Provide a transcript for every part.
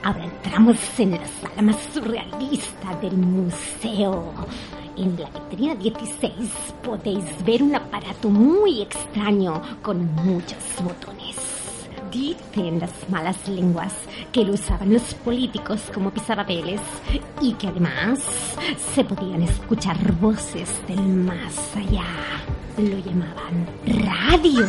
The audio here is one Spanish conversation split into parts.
Ahora entramos en la sala más surrealista del museo. En la vitrina 16 podéis ver un aparato muy extraño con muchos botones. Dicen las malas lenguas que lo usaban los políticos como pisapapeles y que además se podían escuchar voces del más allá. Lo llamaban radio.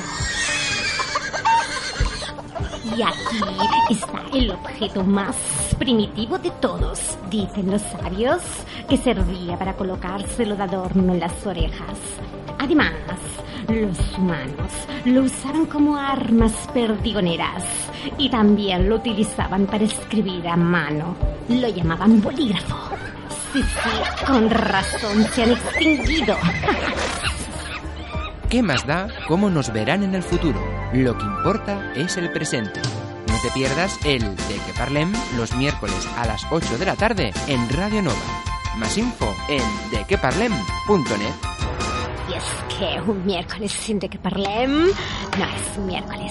Y aquí está el objeto más primitivo de todos, dicen los sabios, que servía para colocárselo de adorno en las orejas. Además, los humanos lo usaban como armas perdigoneras y también lo utilizaban para escribir a mano. Lo llamaban bolígrafo. Sí, con razón se han extinguido. ¿Qué más da cómo nos verán en el futuro? Lo que importa es el presente. No te pierdas el De Que Parlem los miércoles a las 8 de la tarde en Radio Nova. Más info en dequeparlem.net. Y es que un miércoles sin De Que Parlem no es un miércoles.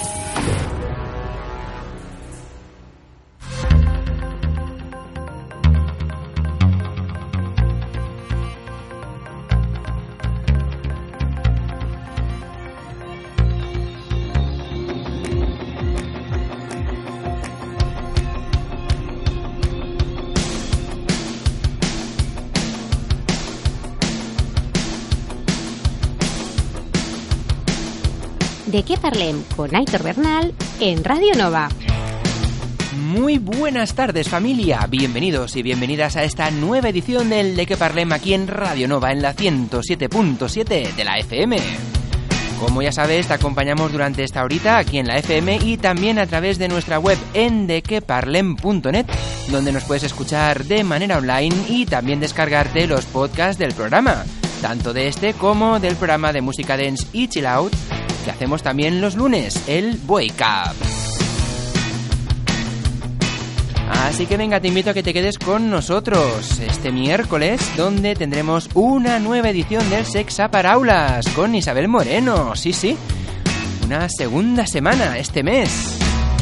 De Que Parlem con Aitor Bernal en Radio Nova. Muy buenas tardes, familia. Bienvenidos y bienvenidas a esta nueva edición del De Que Parlem aquí en Radio Nova en la 107.7 de la FM. Como ya sabes, te acompañamos durante esta horita aquí en la FM y también a través de nuestra web en dequeparlem.net, donde nos puedes escuchar de manera online y también descargarte los podcasts del programa, tanto de este como del programa de música dance y chill out que hacemos también los lunes, el Wake Up. Así que venga, te invito a que te quedes con nosotros este miércoles, donde tendremos una nueva edición del Sexa para Aulas con Isabel Moreno. Sí, una segunda semana este mes.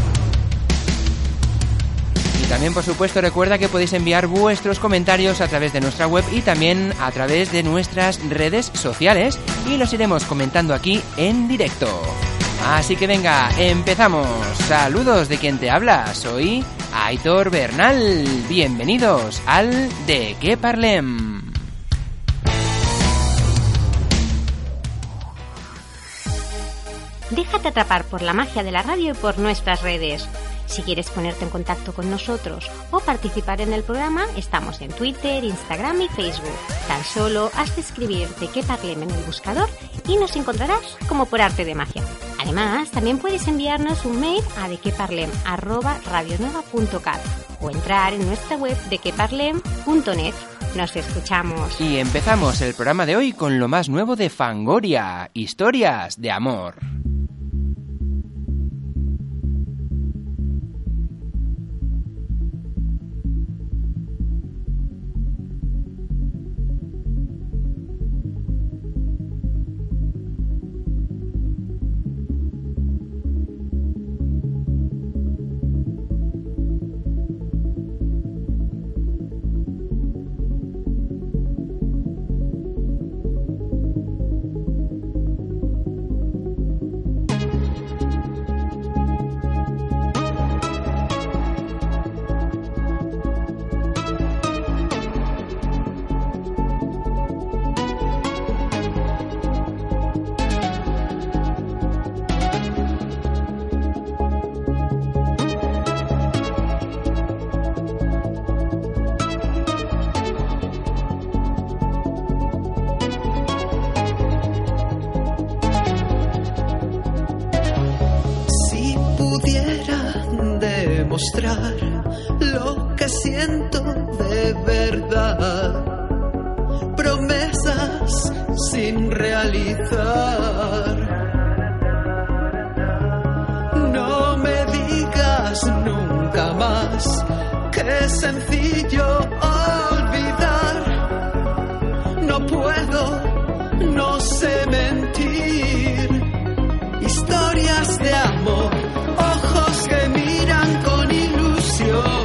Y también, por supuesto, recuerda que podéis enviar vuestros comentarios a través de nuestra web y también a través de nuestras redes sociales y los iremos comentando aquí en directo. Así que venga, empezamos. Saludos de quien te habla, soy Aitor Bernal. Bienvenidos al De Que Parlem. Déjate atrapar por la magia de la radio y por nuestras redes. Si quieres ponerte en contacto con nosotros o participar en el programa, estamos en Twitter, Instagram y Facebook. Tan solo has de escribir De Que Parlem en el buscador y nos encontrarás como por arte de magia. Además, también puedes enviarnos un mail a dequeparlem@radionova.cat o entrar en nuestra web dequeparlem.net. Nos escuchamos. Y empezamos el programa de hoy con lo más nuevo de Fangoria, historias de amor. Mostrar lo que siento de verdad, promesas sin realizar. No me digas nunca más que es sencillo olvidar. No puedo, no sé mentir. Historias de amor, ojos que miran con ilusión.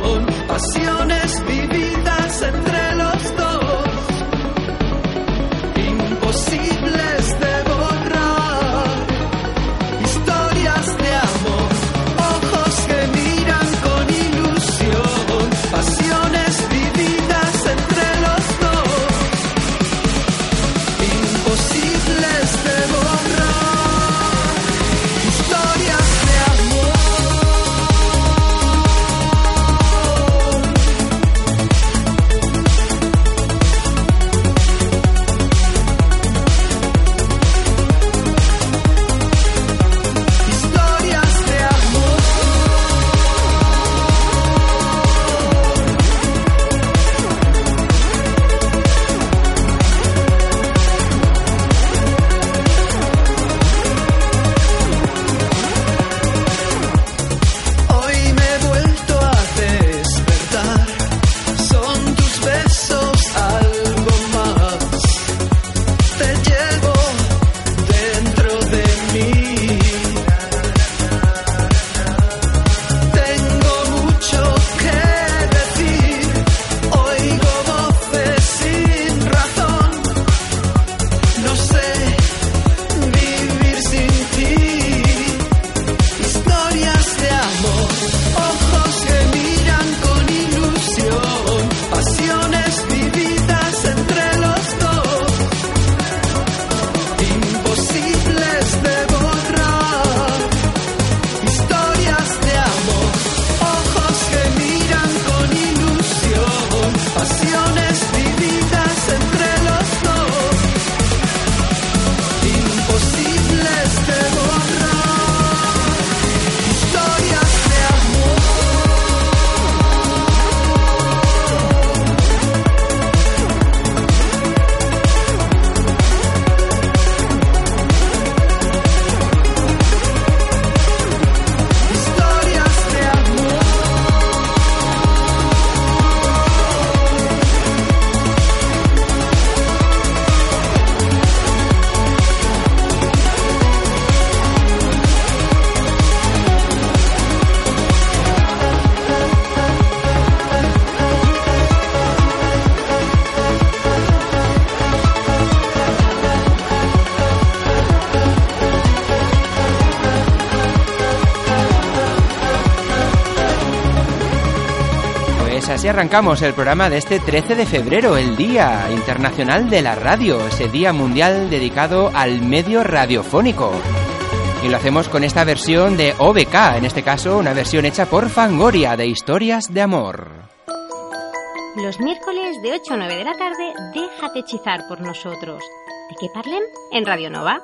Pues así arrancamos el programa de este 13 de febrero, el Día Internacional de la Radio, ese Día Mundial dedicado al medio radiofónico. Y lo hacemos con esta versión de OBK, en este caso una versión hecha por Fangoria de Historias de Amor. Los miércoles de 8 a 9 de la tarde, déjate hechizar por nosotros. ¿De qué parlem? En Radio Nova.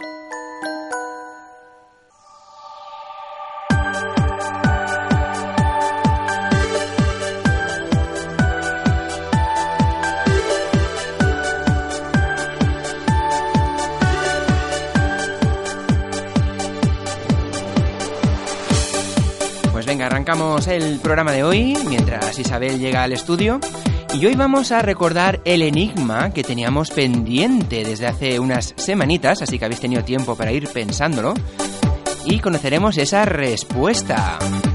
Venga, arrancamos el programa de hoy mientras Isabel llega al estudio y hoy vamos a recordar el enigma que teníamos pendiente desde hace unas semanitas, así que habéis tenido tiempo para ir pensándolo y conoceremos esa respuesta.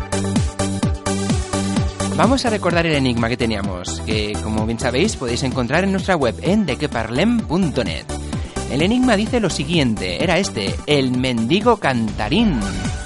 Vamos a recordar el enigma que teníamos, que como bien sabéis podéis encontrar en nuestra web en dequeparlem.net. El enigma dice lo siguiente, era este, el mendigo cantarín.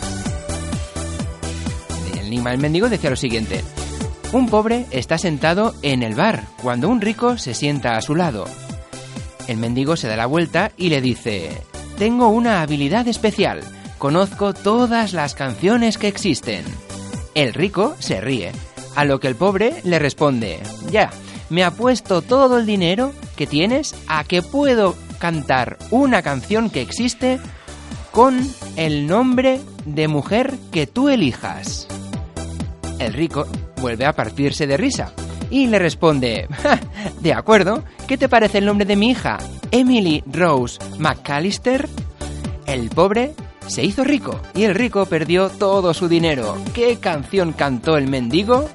El enigma del mendigo decía lo siguiente: un pobre está sentado en el bar cuando un rico se sienta a su lado. El mendigo se da la vuelta y le dice: tengo una habilidad especial, conozco todas las canciones que existen. El rico se ríe, a lo que el pobre le responde: ya, me apuesto todo el dinero que tienes a que puedo cantar una canción que existe con el nombre de mujer que tú elijas. El rico vuelve a partirse de risa y le responde: de acuerdo, ¿qué te parece el nombre de mi hija? ¿Emily Rose McAllister? El pobre se hizo rico y el rico perdió todo su dinero. ¿Qué canción cantó el mendigo?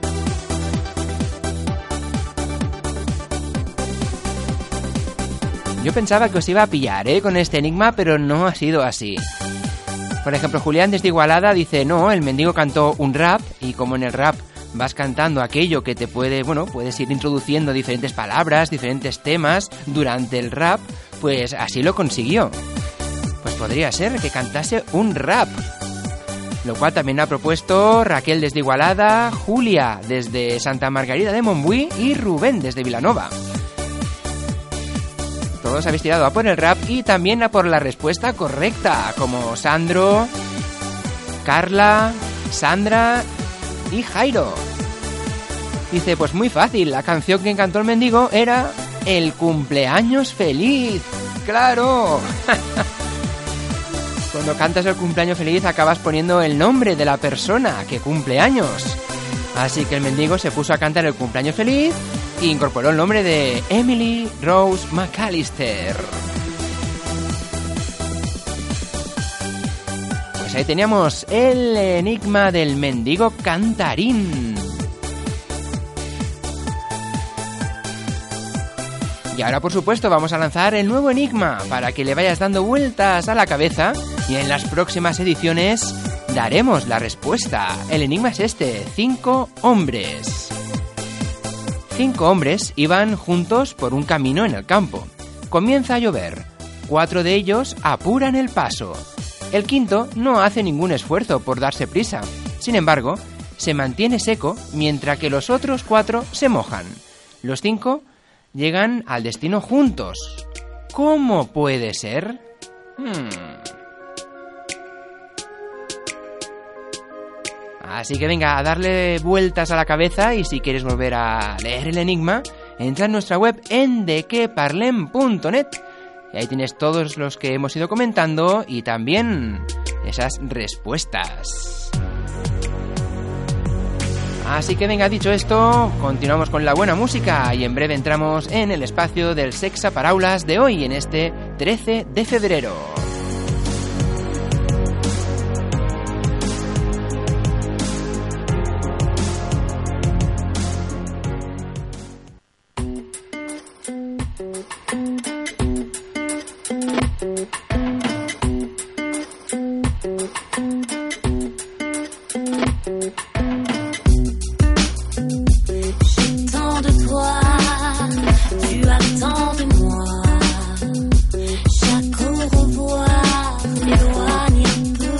Yo pensaba que os iba a pillar, con este enigma, pero no ha sido así. Por ejemplo, Julián desde Igualada dice: no, el mendigo cantó un rap y como en el rap vas cantando aquello que te puede, puedes ir introduciendo diferentes palabras, diferentes temas durante el rap, pues así lo consiguió. Pues podría ser que cantase un rap. Lo cual también ha propuesto Raquel desde Igualada, Julia desde Santa Margarida de Montbui y Rubén desde Vilanova. Todos habéis tirado a por el rap y también a por la respuesta correcta, como Sandro, Carla, Sandra y Jairo. Dice: pues muy fácil, la canción que cantó el mendigo era El cumpleaños feliz. ¡Claro! Cuando cantas el cumpleaños feliz acabas poniendo el nombre de la persona que cumple años. Así que el mendigo se puso a cantar el cumpleaños feliz e incorporó el nombre de Emily Rose McAllister. Pues ahí teníamos el enigma del mendigo cantarín. Y ahora, por supuesto, vamos a lanzar el nuevo enigma para que le vayas dando vueltas a la cabeza y en las próximas ediciones daremos la respuesta. El enigma es este: 5 hombres. 5 hombres iban juntos por un camino en el campo. Comienza a llover. 4 de ellos apuran el paso. El quinto no hace ningún esfuerzo por darse prisa. Sin embargo, se mantiene seco mientras que los otros 4 se mojan. Los 5 llegan al destino juntos. ¿Cómo puede ser? Así que venga, a darle vueltas a la cabeza y si quieres volver a leer el enigma, entra en nuestra web en dequeparlem.net y ahí tienes todos los que hemos ido comentando y también esas respuestas. Así que venga, dicho esto, continuamos con la buena música y en breve entramos en el espacio del Sexa Paraulas de hoy, en este 13 de febrero.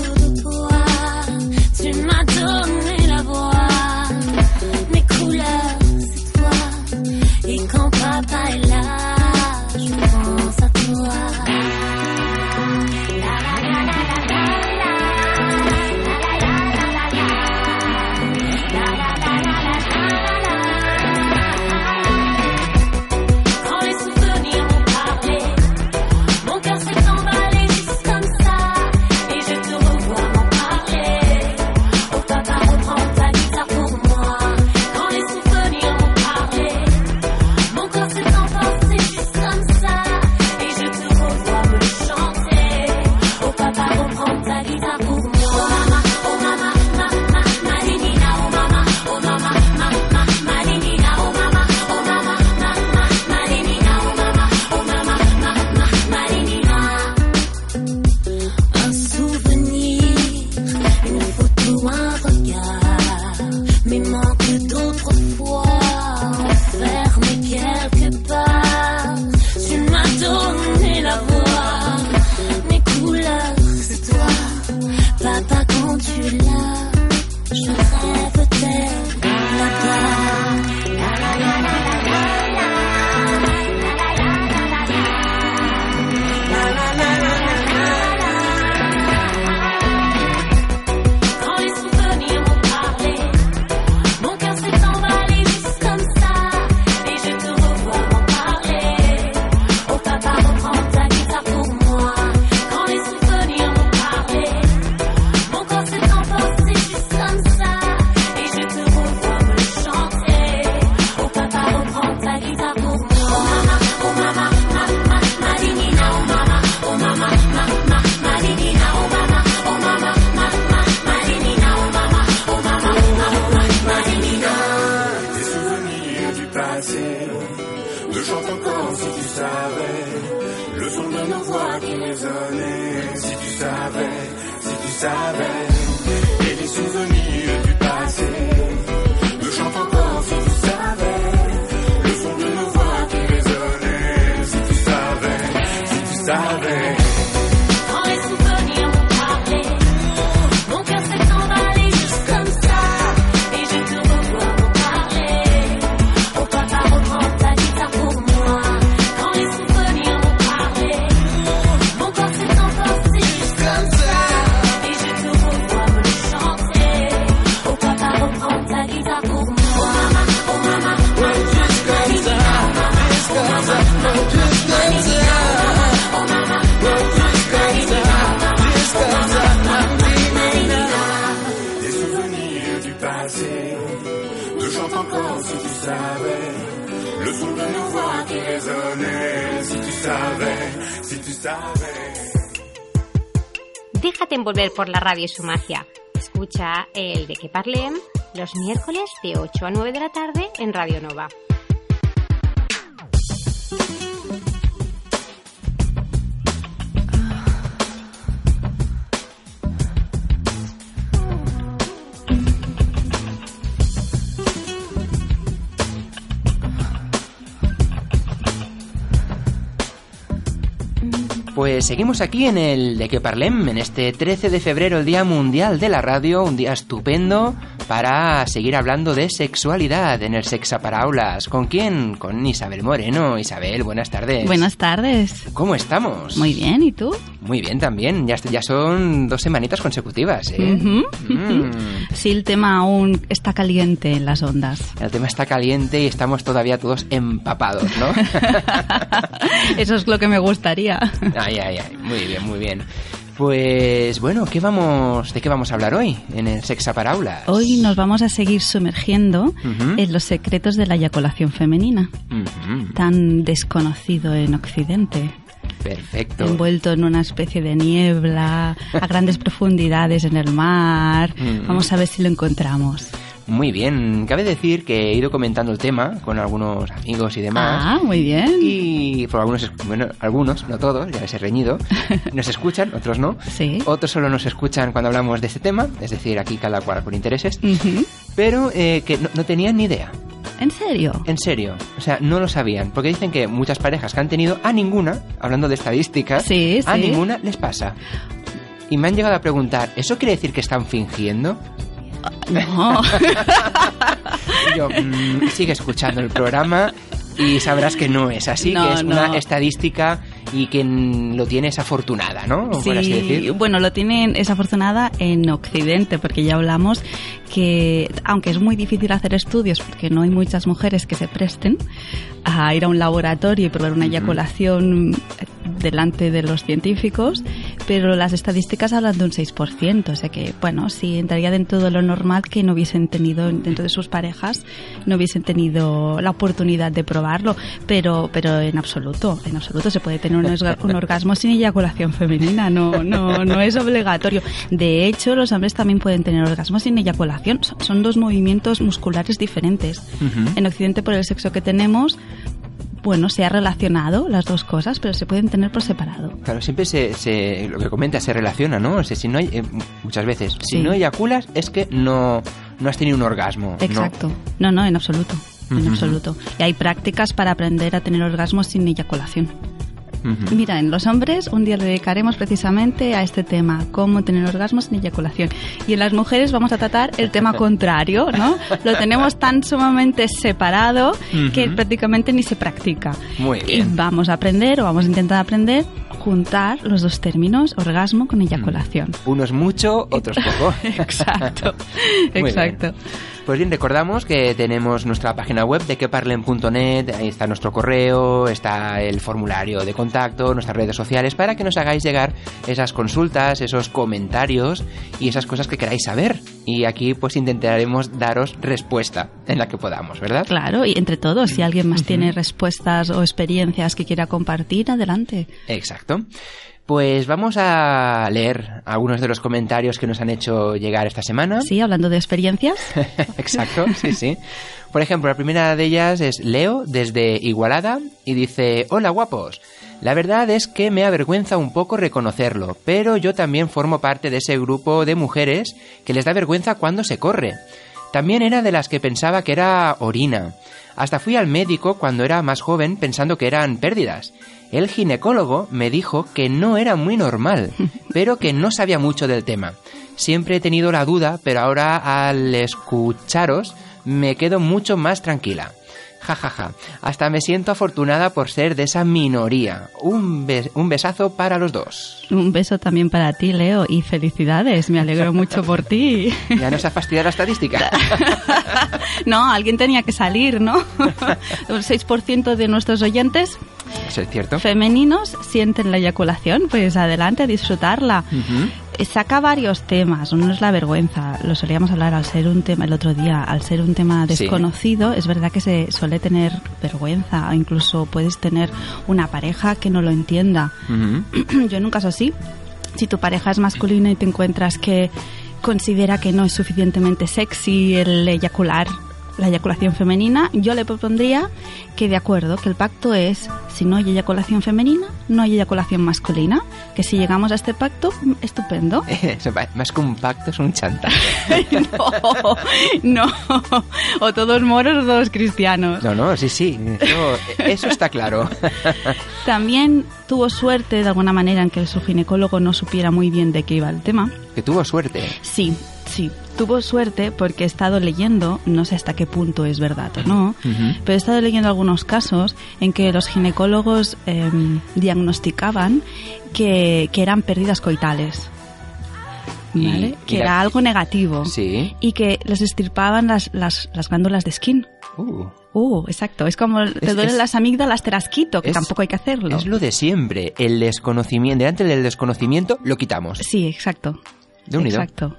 Tu m'as donné la voix, mes couleurs. Déjate envolver por la radio y su magia. Escucha el De Que Parlem los miércoles de 8 a 9 de la tarde en Radio Nova. Pues seguimos aquí en el De Que Parlem, en este 13 de febrero, el Día Mundial de la Radio, un día estupendo para seguir hablando de sexualidad en el Sexaparaulas. ¿Con quién? Con Isabel Moreno. Isabel, buenas tardes. Buenas tardes. ¿Cómo estamos? Muy bien, ¿y tú? Muy bien también, ya son 2 semanitas consecutivas, ¿eh? Sí, el tema aún está caliente en las ondas. El tema está caliente y estamos todavía todos empapados, ¿no? Eso es lo que me gustaría. Ay, muy bien, muy bien. Pues bueno, ¿de qué vamos a hablar hoy en el Sexaparaulas? Hoy nos vamos a seguir sumergiendo en los secretos de la eyaculación femenina, tan desconocido en Occidente. Perfecto. Envuelto en una especie de niebla, a grandes profundidades en el mar. Vamos a ver si lo encontramos. Muy bien, cabe decir que he ido comentando el tema con algunos amigos y demás. Ah, muy bien. Y por algunos, no todos, ya les he reñido, nos escuchan, otros no. Sí. Otros solo nos escuchan cuando hablamos de este tema, es decir, aquí cada cual con intereses, pero que no tenían ni idea. ¿En serio? En serio, o sea, no lo sabían, porque dicen que muchas parejas que han tenido, a ninguna, hablando de estadísticas, a ninguna les pasa. Y me han llegado a preguntar, ¿eso quiere decir que están fingiendo? No. Y yo, sigue escuchando el programa y sabrás que no es así, que es una estadística y quien lo tiene es afortunada, ¿no? Sí, por así decir. Bueno, lo tienen, es afortunada en Occidente, porque ya hablamos que, aunque es muy difícil hacer estudios, porque no hay muchas mujeres que se presten a ir a un laboratorio y probar una eyaculación delante de los científicos, pero las estadísticas hablan de un 6%, o sea que, bueno, sí entraría dentro de lo normal que no hubiesen tenido, dentro de sus parejas, no hubiesen tenido la oportunidad de probarlo, pero en absoluto se puede tener un orgasmo sin eyaculación femenina, no es obligatorio. De hecho, los hombres también pueden tener orgasmos sin eyaculación, son 2 movimientos musculares diferentes. En Occidente, por el sexo que tenemos, bueno, se ha relacionado las 2 cosas, pero se pueden tener por separado. Claro, siempre lo que comenta se relaciona, ¿no? O sea, si no hay, muchas veces, si no eyaculas es que no has tenido un orgasmo. Exacto. No, en absoluto. En absoluto. Y hay prácticas para aprender a tener orgasmos sin eyaculación. Mira, en los hombres un día le dedicaremos precisamente a este tema, cómo tener orgasmos sin eyaculación. Y en las mujeres vamos a tratar el tema contrario, ¿no? Lo tenemos tan sumamente separado que prácticamente ni se practica. Muy bien. Y vamos a aprender, o vamos a intentar aprender, juntar los dos términos, orgasmo con eyaculación. Unos mucho, otros poco. Exacto, exacto. Pues bien, recordamos que tenemos nuestra página web de queparlen.net, ahí está nuestro correo, está el formulario de contacto, nuestras redes sociales, para que nos hagáis llegar esas consultas, esos comentarios y esas cosas que queráis saber. Y aquí pues intentaremos daros respuesta en la que podamos, ¿verdad? Claro, y entre todos, si alguien más tiene respuestas o experiencias que quiera compartir, adelante. Exacto. Pues vamos a leer algunos de los comentarios que nos han hecho llegar esta semana. Sí, hablando de experiencias. Exacto, sí. Por ejemplo, la primera de ellas es Leo, desde Igualada, y dice: hola guapos, la verdad es que me avergüenza un poco reconocerlo, pero yo también formo parte de ese grupo de mujeres que les da vergüenza cuando se corre. También era de las que pensaba que era orina. Hasta fui al médico cuando era más joven pensando que eran pérdidas. El ginecólogo me dijo que no era muy normal, pero que no sabía mucho del tema. Siempre he tenido la duda, pero ahora al escucharos me quedo mucho más tranquila. Ja. Hasta me siento afortunada por ser de esa minoría. Un besazo para los dos. Un beso también para ti, Leo, y felicidades. Me alegro mucho por ti. Ya nos ha fastidiado la estadística. No, alguien tenía que salir, ¿no? El 6% de nuestros oyentes, ¿eso es cierto?, femeninos, sienten la eyaculación. Pues adelante a disfrutarla. Saca varios temas. Uno es la vergüenza. Lo solíamos hablar al ser un tema el otro día. Al ser un tema desconocido, sí. Es verdad que se suele tener vergüenza. O incluso puedes tener una pareja que no lo entienda. Yo en un caso así, si tu pareja es masculina y te encuentras que considera que no es suficientemente sexy el eyacular, la eyaculación femenina, yo le propondría que, de acuerdo, que el pacto es: si no hay eyaculación femenina, no hay eyaculación masculina. Que si llegamos a este pacto, estupendo. Más que un pacto, es un chantaje. No. O todos moros o todos cristianos. No, sí. Eso está claro. También tuvo suerte, de alguna manera, en que su ginecólogo no supiera muy bien de qué iba el tema. ¿Que tuvo suerte? Sí. Tuvo suerte porque he estado leyendo, no sé hasta qué punto es verdad o no, pero he estado leyendo algunos casos en que los ginecólogos diagnosticaban que eran pérdidas coitales. ¿Vale? Que era algo negativo. Sí. Y que les extirpaban las glándulas de skin. Exacto. Es como te duelen las amígdalas, te las quito, que tampoco hay que hacerlo. Es lo de siempre. El desconocimiento, delante del desconocimiento, lo quitamos. Sí, exacto. De unido. Exacto.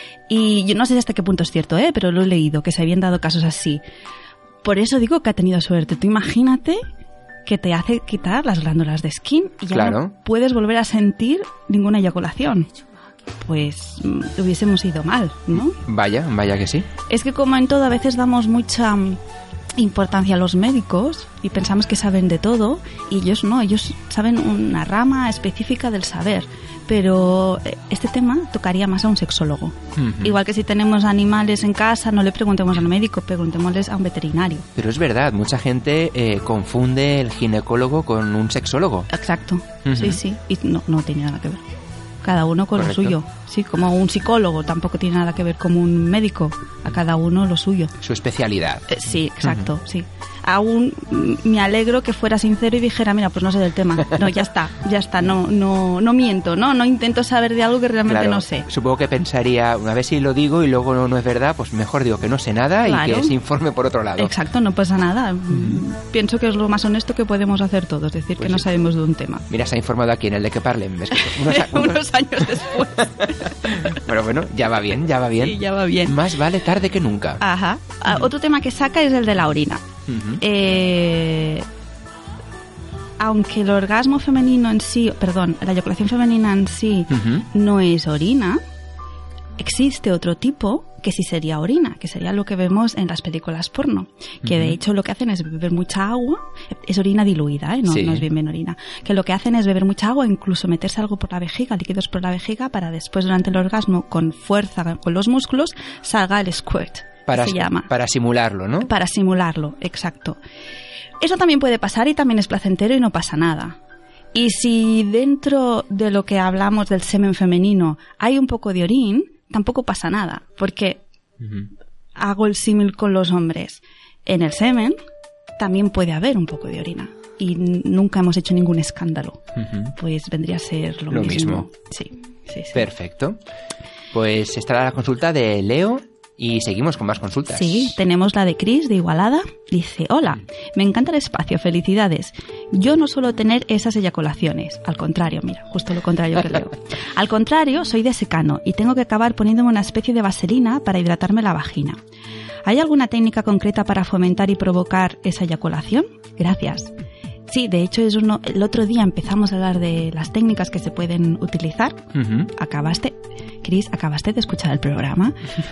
Y yo no sé hasta qué punto es cierto, pero lo he leído, que se habían dado casos así. Por eso digo que ha tenido suerte. Tú imagínate que te hace quitar las glándulas de skin y ya no puedes volver a sentir ninguna eyaculación. Pues hubiésemos ido mal, ¿no? Vaya que sí. Es que, como en todo, a veces damos mucha importancia a los médicos y pensamos que saben de todo, y ellos no, ellos saben una rama específica del saber. Pero este tema tocaría más a un sexólogo. Igual que si tenemos animales en casa, no le preguntemos al médico, preguntémosles a un veterinario. Pero es verdad, mucha gente confunde el ginecólogo con un sexólogo. Exacto, sí, y no tiene nada que ver. Cada uno con lo suyo. Sí, como un psicólogo tampoco tiene nada que ver como un médico. A cada uno lo suyo. Su especialidad. Sí, exacto, sí. Aún me alegro que fuera sincero y dijera: mira, pues no sé del tema. No, ya está, no miento, no intento saber de algo que realmente no sé. Supongo que pensaría, a ver si lo digo y luego no es verdad, pues mejor digo que no sé nada y que se informe por otro lado. Exacto, no pasa nada. Pienso que es lo más honesto que podemos hacer todos, decir pues que no sabemos de un tema. Mira, se ha informado aquí en el de que parlen. Unos años después. Pero bueno, ya va bien. Sí, ya va bien. Más vale tarde que nunca. Ajá. Otro tema que saca es el de la orina. Aunque el orgasmo femenino en sí, la eyaculación femenina en sí no es orina, existe otro tipo que sí sería orina, que sería lo que vemos en las películas porno, que de hecho lo que hacen es beber mucha agua, es orina diluida, no es bien orina, que lo que hacen es beber mucha agua, incluso meterse algo por la vejiga, líquidos por la vejiga, para después durante el orgasmo, con fuerza, con los músculos, salga el squirt. Se llama. Para simularlo, ¿no? Para simularlo, exacto. Eso también puede pasar y también es placentero y no pasa nada. Y si dentro de lo que hablamos del semen femenino hay un poco de orín, tampoco pasa nada, porque hago el símil con los hombres. En el semen también puede haber un poco de orina y nunca hemos hecho ningún escándalo. Pues vendría a ser lo mismo. Sí. Perfecto. Pues estará la consulta de Leo. Y seguimos con más consultas. Sí, tenemos la de Cris, de Igualada. Dice, hola, me encanta el espacio, felicidades. Yo no suelo tener esas eyaculaciones. Al contrario, mira, justo lo contrario que Leo. Al contrario, soy de secano y tengo que acabar poniéndome una especie de vaselina para hidratarme la vagina. ¿Hay alguna técnica concreta para fomentar y provocar esa eyaculación? Gracias. Sí, de hecho, el otro día empezamos a hablar de las técnicas que se pueden utilizar. Cris, acabaste de escuchar el programa.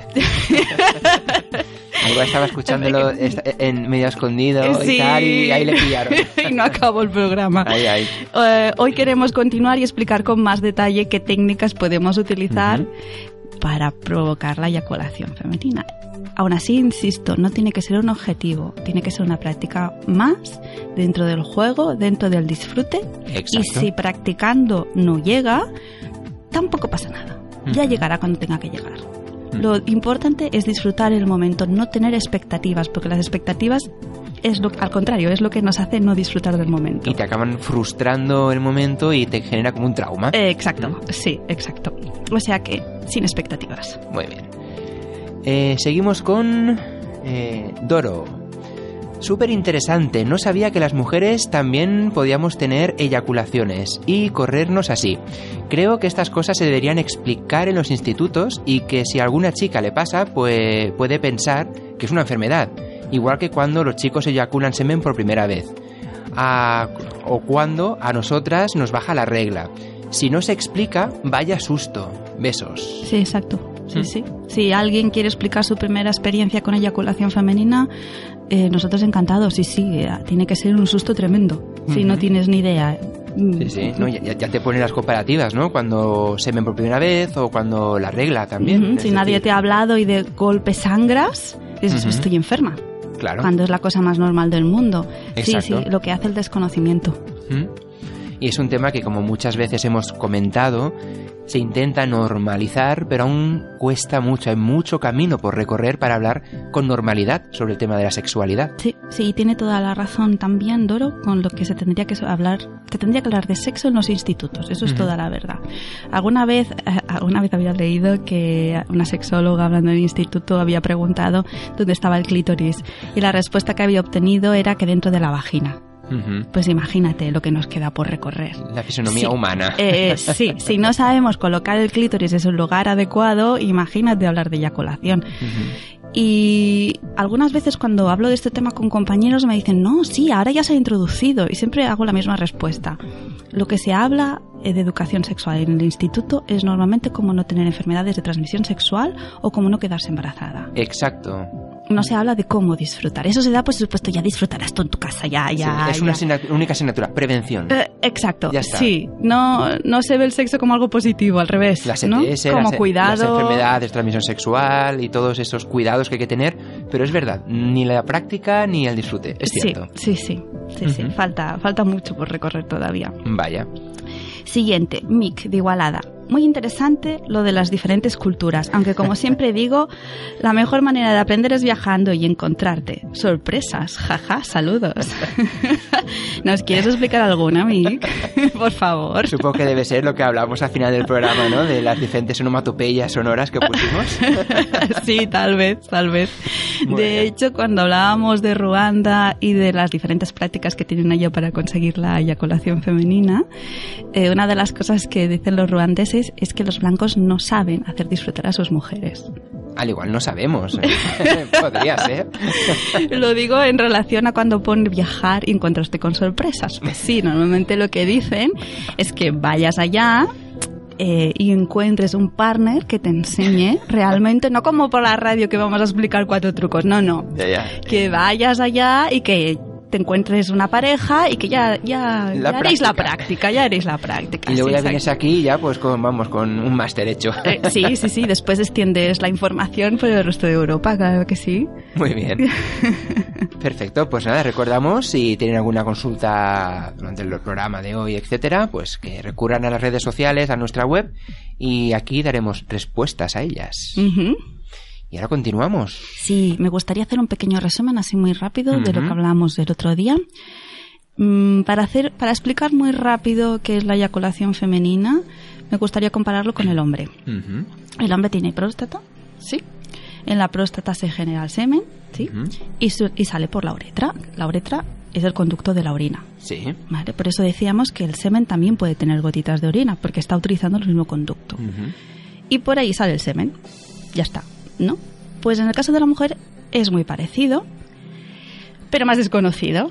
Algo estaba escuchándolo en medio escondido y tal, y ahí le pillaron. Y no acabó el programa. Ay. Hoy queremos continuar y explicar con más detalle qué técnicas podemos utilizar para provocar la eyaculación femenina. Aún así, insisto, no tiene que ser un objetivo, tiene que ser una práctica más dentro del juego, dentro del disfrute. Exacto. Y si practicando no llega, tampoco pasa nada. Ya llegará cuando tenga que llegar. Lo importante es disfrutar el momento, no tener expectativas, porque las expectativas al contrario, es lo que nos hace no disfrutar del momento. Y te acaban frustrando el momento y te genera como un trauma. Exacto, sí, exacto. O sea que, sin expectativas. Muy bien. Seguimos con Doro. Súper interesante, no sabía que las mujeres también podíamos tener eyaculaciones y corrernos así. Creo que estas cosas se deberían explicar en los institutos y que si a alguna chica le pasa, pues puede pensar que es una enfermedad, igual que cuando los chicos eyaculan semen por primera vez, o cuando a nosotras nos baja la regla. Si no se explica, vaya susto. Besos. Sí, exacto. Sí. Si alguien quiere explicar su primera experiencia con eyaculación femenina, nosotros encantados. Sí, tiene que ser un susto tremendo. Si no tienes ni idea. Sí. No, ya te ponen las comparativas, ¿no? Cuando semen por primera vez o cuando la regla también. Si nadie te ha hablado y de golpe sangras, dices, estoy enferma. Claro. Cuando es la cosa más normal del mundo. Exacto. Sí, lo que hace el desconocimiento. Y es un tema que, como muchas veces hemos comentado, se intenta normalizar, pero aún cuesta mucho, hay mucho camino por recorrer para hablar con normalidad sobre el tema de la sexualidad. Sí, tiene toda la razón también, Doro, con lo que se tendría que hablar. Se tendría que hablar de sexo en los institutos, eso es toda la verdad. Alguna vez había leído que una sexóloga hablando en el instituto había preguntado dónde estaba el clítoris y la respuesta que había obtenido era que dentro de la vagina. Pues imagínate lo que nos queda por recorrer. La fisonomía humana. Sí, si no sabemos colocar el clítoris en su lugar adecuado, imagínate hablar de eyaculación. Y algunas veces cuando hablo de este tema con compañeros me dicen, no, sí, ahora ya se ha introducido, y siempre hago la misma respuesta. Lo que se habla de educación sexual en el instituto es normalmente como no tener enfermedades de transmisión sexual o como no quedarse embarazada. Exacto. No se habla de cómo disfrutar. Eso se da, por supuesto, ya disfrutarás tú en tu casa, ya. Es una única asignatura, prevención. Exacto. Ya está. Sí, no se ve el sexo como algo positivo, al revés. Las ¿no? ETS, como las cuidado. enfermedades de transmisión sexual y todos esos cuidados que hay que tener, pero es verdad, ni la práctica ni el disfrute, es cierto. Sí. Falta mucho por recorrer todavía. Vaya. Siguiente, Mick, de Igualada. Muy interesante lo de las diferentes culturas, aunque como siempre digo, la mejor manera de aprender es viajando y encontrarte sorpresas. Jaja, saludos. ¿Nos quieres explicar alguna, Mick? Por favor. Supongo que debe ser lo que hablamos al final del programa, ¿no? De las diferentes onomatopeyas sonoras que pusimos. Sí, tal vez. De hecho, cuando hablábamos de Ruanda y de las diferentes prácticas que tienen allá para conseguir la eyaculación femenina, una de las cosas que dicen los ruandeses es que los blancos no saben hacer disfrutar a sus mujeres. Al igual no sabemos. Podría ser. Lo digo en relación a cuando pone viajar y encontraste con sorpresas. Pues sí, normalmente lo que dicen es que vayas allá y encuentres un partner que te enseñe realmente, no como por la radio que vamos a explicar 4 trucos, no. Ya. Que vayas allá y que te encuentres una pareja y que ya haréis la práctica. Y luego ya vienes aquí y ya pues con un máster hecho. Sí, después extiendes la información por el resto de Europa, claro que sí. Muy bien. Perfecto, pues nada, recordamos, si tienen alguna consulta durante el programa de hoy, etcétera, pues que recurran a las redes sociales, a nuestra web, y aquí daremos respuestas a ellas. Uh-huh. Y ahora continuamos. Sí, me gustaría hacer un pequeño resumen así muy rápido de lo que hablamos del otro día. Para explicar muy rápido qué es la eyaculación femenina, me gustaría compararlo con el hombre. Uh-huh. El hombre tiene próstata, sí. En la próstata se genera el semen, sí. Uh-huh. Y sale por la uretra. La uretra es el conducto de la orina. Sí. ¿Vale? Por eso decíamos que el semen también puede tener gotitas de orina, porque está utilizando el mismo conducto. Uh-huh. Y por ahí sale el semen. Ya está, ¿no? Pues en el caso de la mujer es muy parecido, pero más desconocido.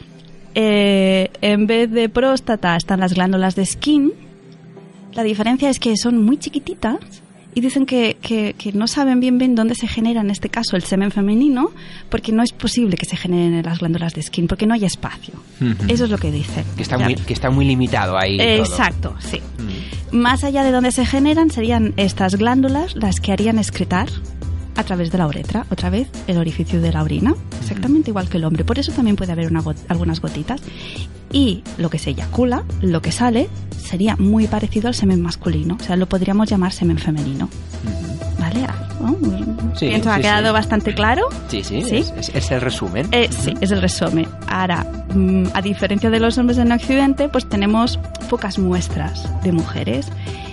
En vez de próstata están las glándulas de Skene. La diferencia es que son muy chiquititas y dicen que no saben bien dónde se genera en este caso el semen femenino, porque no es posible que se generen en las glándulas de Skene, porque no hay espacio. Uh-huh. Eso es lo que dicen. Que está muy limitado ahí. Exacto, sí. Más allá de donde se generan serían estas glándulas las que harían excretar a través de la uretra, otra vez el orificio de la orina, exactamente igual que el hombre. Por eso también puede haber algunas gotitas. Y lo que se eyacula, lo que sale, sería muy parecido al semen masculino. O sea, lo podríamos llamar semen femenino. ¿Vale? Sí, ¿Pienso ha quedado bastante claro? Sí. Es el resumen. Sí, es el resumen. Ahora, a diferencia de los hombres en Occidente, pues tenemos pocas muestras de mujeres.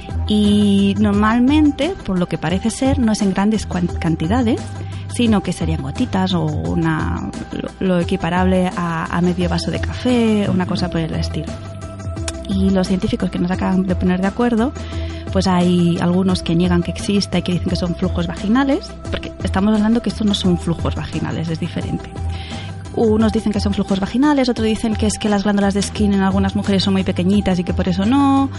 Y normalmente, por lo que parece ser, no es en grandes cantidades, sino que serían gotitas o lo equiparable a medio vaso de café, una cosa por el estilo. Y los científicos que nos acaban de poner de acuerdo, pues hay algunos que niegan que exista y que dicen que son flujos vaginales, porque estamos hablando que estos no son flujos vaginales, es diferente. Unos dicen que son flujos vaginales, otros dicen que es que las glándulas de Skene en algunas mujeres son muy pequeñitas y que por eso no.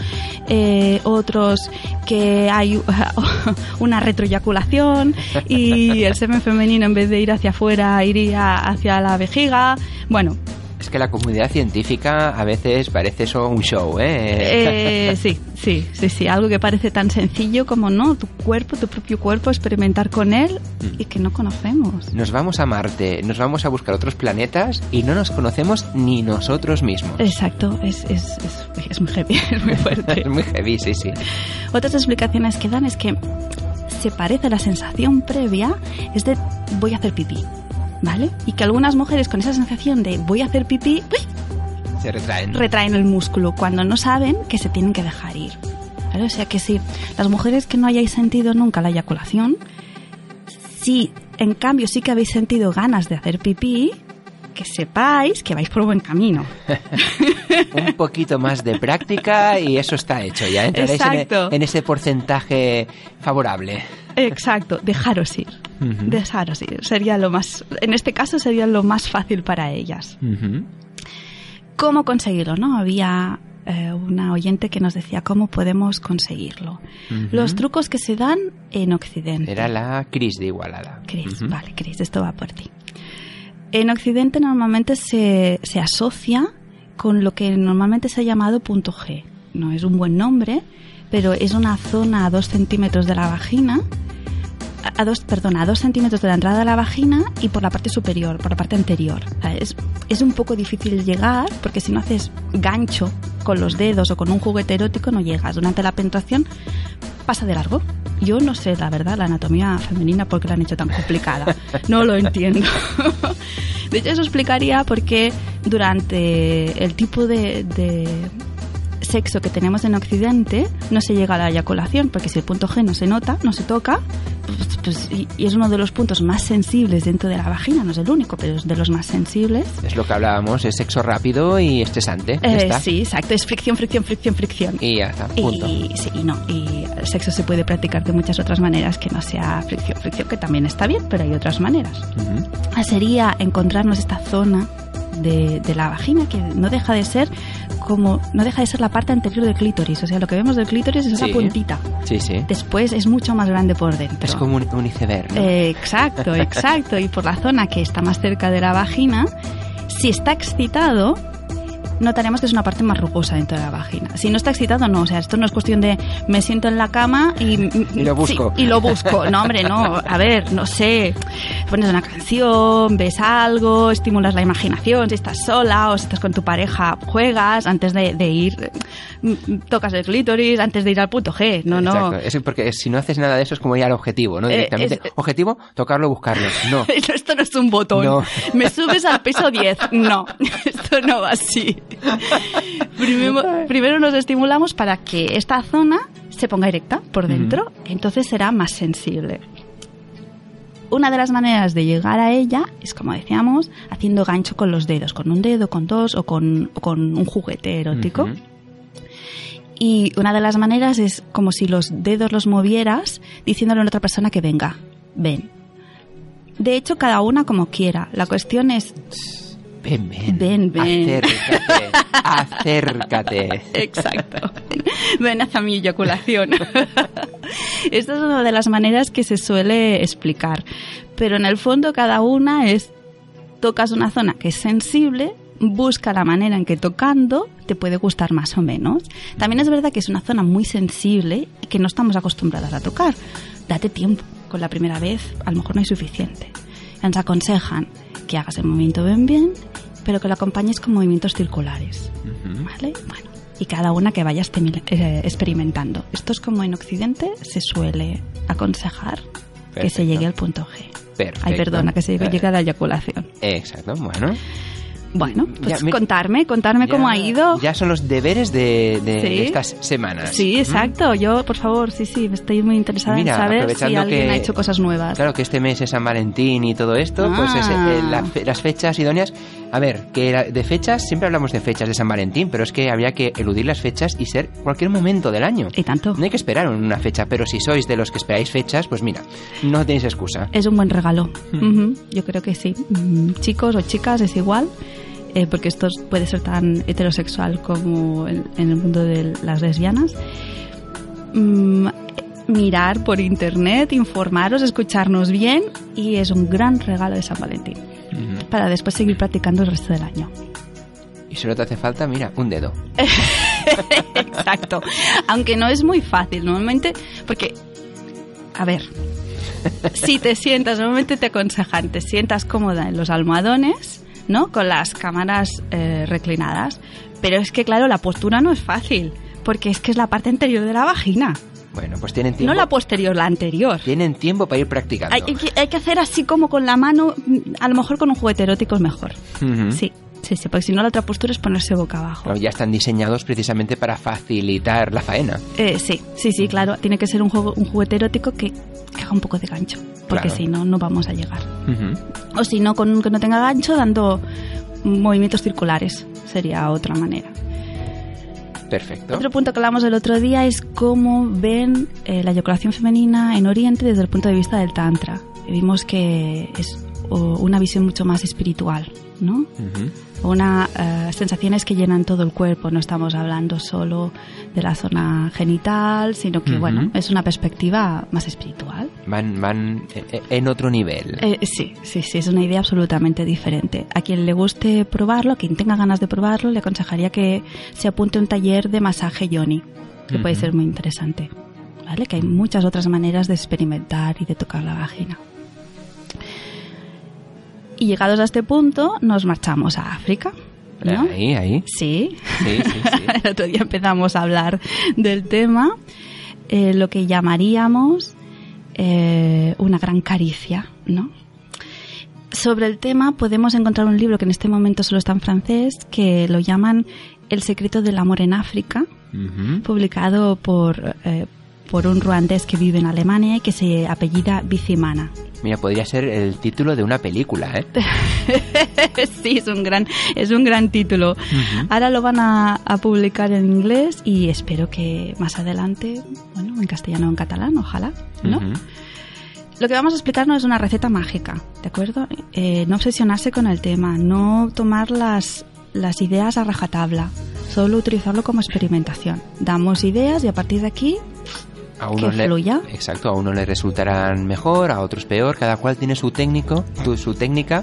Otros que hay una retroeyaculación y el semen femenino en vez de ir hacia afuera iría hacia la vejiga. Bueno. Es que la comunidad científica a veces parece eso un show, ¿eh? Sí. Algo que parece tan sencillo como, ¿no? Tu propio cuerpo, experimentar con él y que no conocemos. Nos vamos a Marte, nos vamos a buscar otros planetas y no nos conocemos ni nosotros mismos. Exacto, es muy heavy, es muy fuerte. Es muy heavy, sí. Otras explicaciones que dan es que se parece, la sensación previa es de voy a hacer pipí. ¿Vale? Y que algunas mujeres con esa sensación de voy a hacer pipí, se retraen el músculo cuando no saben que se tienen que dejar ir. ¿Vale? O sea que si las mujeres que no hayáis sentido nunca la eyaculación, si en cambio sí que habéis sentido ganas de hacer pipí, que sepáis que vais por buen camino. Un poquito más de práctica y eso está hecho. Ya entraréis en ese porcentaje favorable. Exacto, dejaros ir. Uh-huh. Dejaros ir. Sería lo más, en este caso sería lo más fácil para ellas. Uh-huh. ¿Cómo conseguirlo? ¿No? Había una oyente que nos decía cómo podemos conseguirlo. Uh-huh. Los trucos que se dan en Occidente. Era la Cris de Igualada. Cris, uh-huh. Vale, Cris, esto va por ti. En Occidente normalmente se asocia con lo que normalmente se ha llamado punto G. No es un buen nombre, pero es una zona a 2 centímetros de la vagina, a 2 centímetros de la entrada de la vagina y por la parte superior, por la parte anterior. O sea, es un poco difícil llegar porque si no haces gancho con los dedos o con un juguete erótico no llegas. Durante la penetración pasa de largo. Yo no sé, la verdad, la anatomía femenina por qué la han hecho tan complicada. No lo entiendo. De hecho, eso explicaría por qué durante el tipo de sexo que tenemos en Occidente no se llega a la eyaculación, porque si el punto G no se nota, no se toca, pues, y es uno de los puntos más sensibles dentro de la vagina, no es el único, pero es de los más sensibles. Es lo que hablábamos, es sexo rápido y estresante. Sí, exacto, es fricción. Y ya está, punto. Y el sexo se puede practicar de muchas otras maneras que no sea fricción, que también está bien, pero hay otras maneras. Uh-huh. Sería encontrarnos esta zona de la vagina que no deja de ser la parte anterior del clítoris, o sea, lo que vemos del clítoris es esa puntita. Sí. Después es mucho más grande por dentro. Es como un iceberg, ¿no? Exacto. Y por la zona que está más cerca de la vagina Si está excitado, notaremos que es una parte más rugosa dentro de la vagina. Si no está excitado, no. O sea, esto no es cuestión de me siento en la cama y lo busco. Sí, y lo busco. No, hombre, no. A ver, no sé. Pones una canción, ves algo, estimulas la imaginación. Si estás sola o si estás con tu pareja, juegas antes de ir, tocas el clítoris antes de ir al punto G. No, Exacto. no. Es porque si no haces nada de eso es como ir al objetivo, ¿no? Directamente. Objetivo, tocarlo, buscarlo. No. Esto no es un botón. No. Me subes al piso 10. No, esto no va así. Primero nos estimulamos para que esta zona se ponga erecta por dentro, entonces será más sensible. Una de las maneras de llegar a ella es, como decíamos, haciendo gancho con los dedos, con un dedo, con dos o con un juguete erótico. Y una de las maneras es como si los dedos los movieras diciéndole a otra persona que venga, ven. De hecho, cada una como quiera. La cuestión es... Ven. Acércate. Exacto. Ven hacia mi eyaculación. Esta es una de las maneras que se suele explicar. Pero en el fondo cada una es... Tocas una zona que es sensible, busca la manera en que tocando te puede gustar más o menos. También es verdad que es una zona muy sensible y que no estamos acostumbradas a tocar. Date tiempo. Con la primera vez a lo mejor no hay suficiente. Nos aconsejan que hagas el movimiento bien, pero que lo acompañes con movimientos circulares. ¿Vale? Bueno, y cada una que vaya experimentando. Esto es como en Occidente se suele aconsejar. Perfecto. Que se llegue al punto G. Perfecto. Ay, perdona, que se llegue a la eyaculación. Exacto, Bueno, pues contarme cómo ha ido. Ya son los deberes de estas semanas. Sí, exacto. Yo, por favor, sí, estoy muy interesada en saber si alguien ha hecho cosas nuevas. Claro, que este mes es San Valentín y todo esto, pues es, las fechas idóneas. A ver, que de fechas, siempre hablamos de fechas de San Valentín, pero es que habría que eludir las fechas y ser cualquier momento del año. Y tanto. No hay que esperar una fecha, pero si sois de los que esperáis fechas, pues mira, no tenéis excusa. Es un buen regalo. Yo creo que sí. Chicos o chicas, es igual. Porque esto puede ser tan heterosexual como en el mundo de las lesbianas. Mirar por internet, informaros, escucharnos bien, y es un gran regalo de San Valentín para después seguir practicando el resto del año. Y solo te hace falta, mira, un dedo. Exacto. Aunque no es muy fácil normalmente, porque, a ver, si te sientas, normalmente te aconsejan, te sientas cómoda en los almohadones, ¿no? Con las cámaras reclinadas. Pero es que, claro, la postura no es fácil, porque es que es la parte anterior de la vagina. Bueno, pues tienen tiempo. No la posterior, la anterior. Tienen tiempo para ir practicando. Hay que hacer así como con la mano, a lo mejor con un juguete erótico es mejor. Sí, porque si no la otra postura es ponerse boca abajo. Claro, ya están diseñados precisamente para facilitar la faena. Sí, claro. Tiene que ser un juguete erótico que haga un poco de gancho, porque si no, no vamos a llegar. O si no, con que no tenga gancho, dando movimientos circulares. Sería otra manera. Perfecto. Otro punto que hablamos el otro día es cómo ven la eyaculación femenina en Oriente desde el punto de vista del Tantra. Vimos que es una visión mucho más espiritual, ¿no? Unas sensaciones que llenan todo el cuerpo. No estamos hablando solo de la zona genital, sino que, bueno, es una perspectiva más espiritual. Van en otro nivel. Sí, es una idea absolutamente diferente. A quien le guste probarlo, a quien tenga ganas de probarlo, le aconsejaría que se apunte a un taller de masaje yoni, que puede ser muy interesante, ¿vale? Que hay muchas otras maneras de experimentar y de tocar la vagina. Y llegados a este punto, nos marchamos a África, ¿no? Ahí. Sí. El otro día empezamos a hablar del tema, lo que llamaríamos una gran caricia, ¿no? Sobre el tema podemos encontrar un libro que en este momento solo está en francés, que lo llaman El secreto del amor en África, publicado por un ruandés que vive en Alemania y que se apellida Bizimana. Mira, podría ser el título de una película, ¿eh? Sí, es un gran título. Ahora lo van a publicar en inglés y espero que más adelante, bueno, en castellano o en catalán, ojalá, ¿no? Lo que vamos a explicar no es una receta mágica, ¿de acuerdo? No obsesionarse con el tema, no tomar las ideas a rajatabla, solo utilizarlo como experimentación. Damos ideas y a partir de aquí... que fluya. Exacto, a uno le resultarán mejor, a otros peor, cada cual tiene su técnica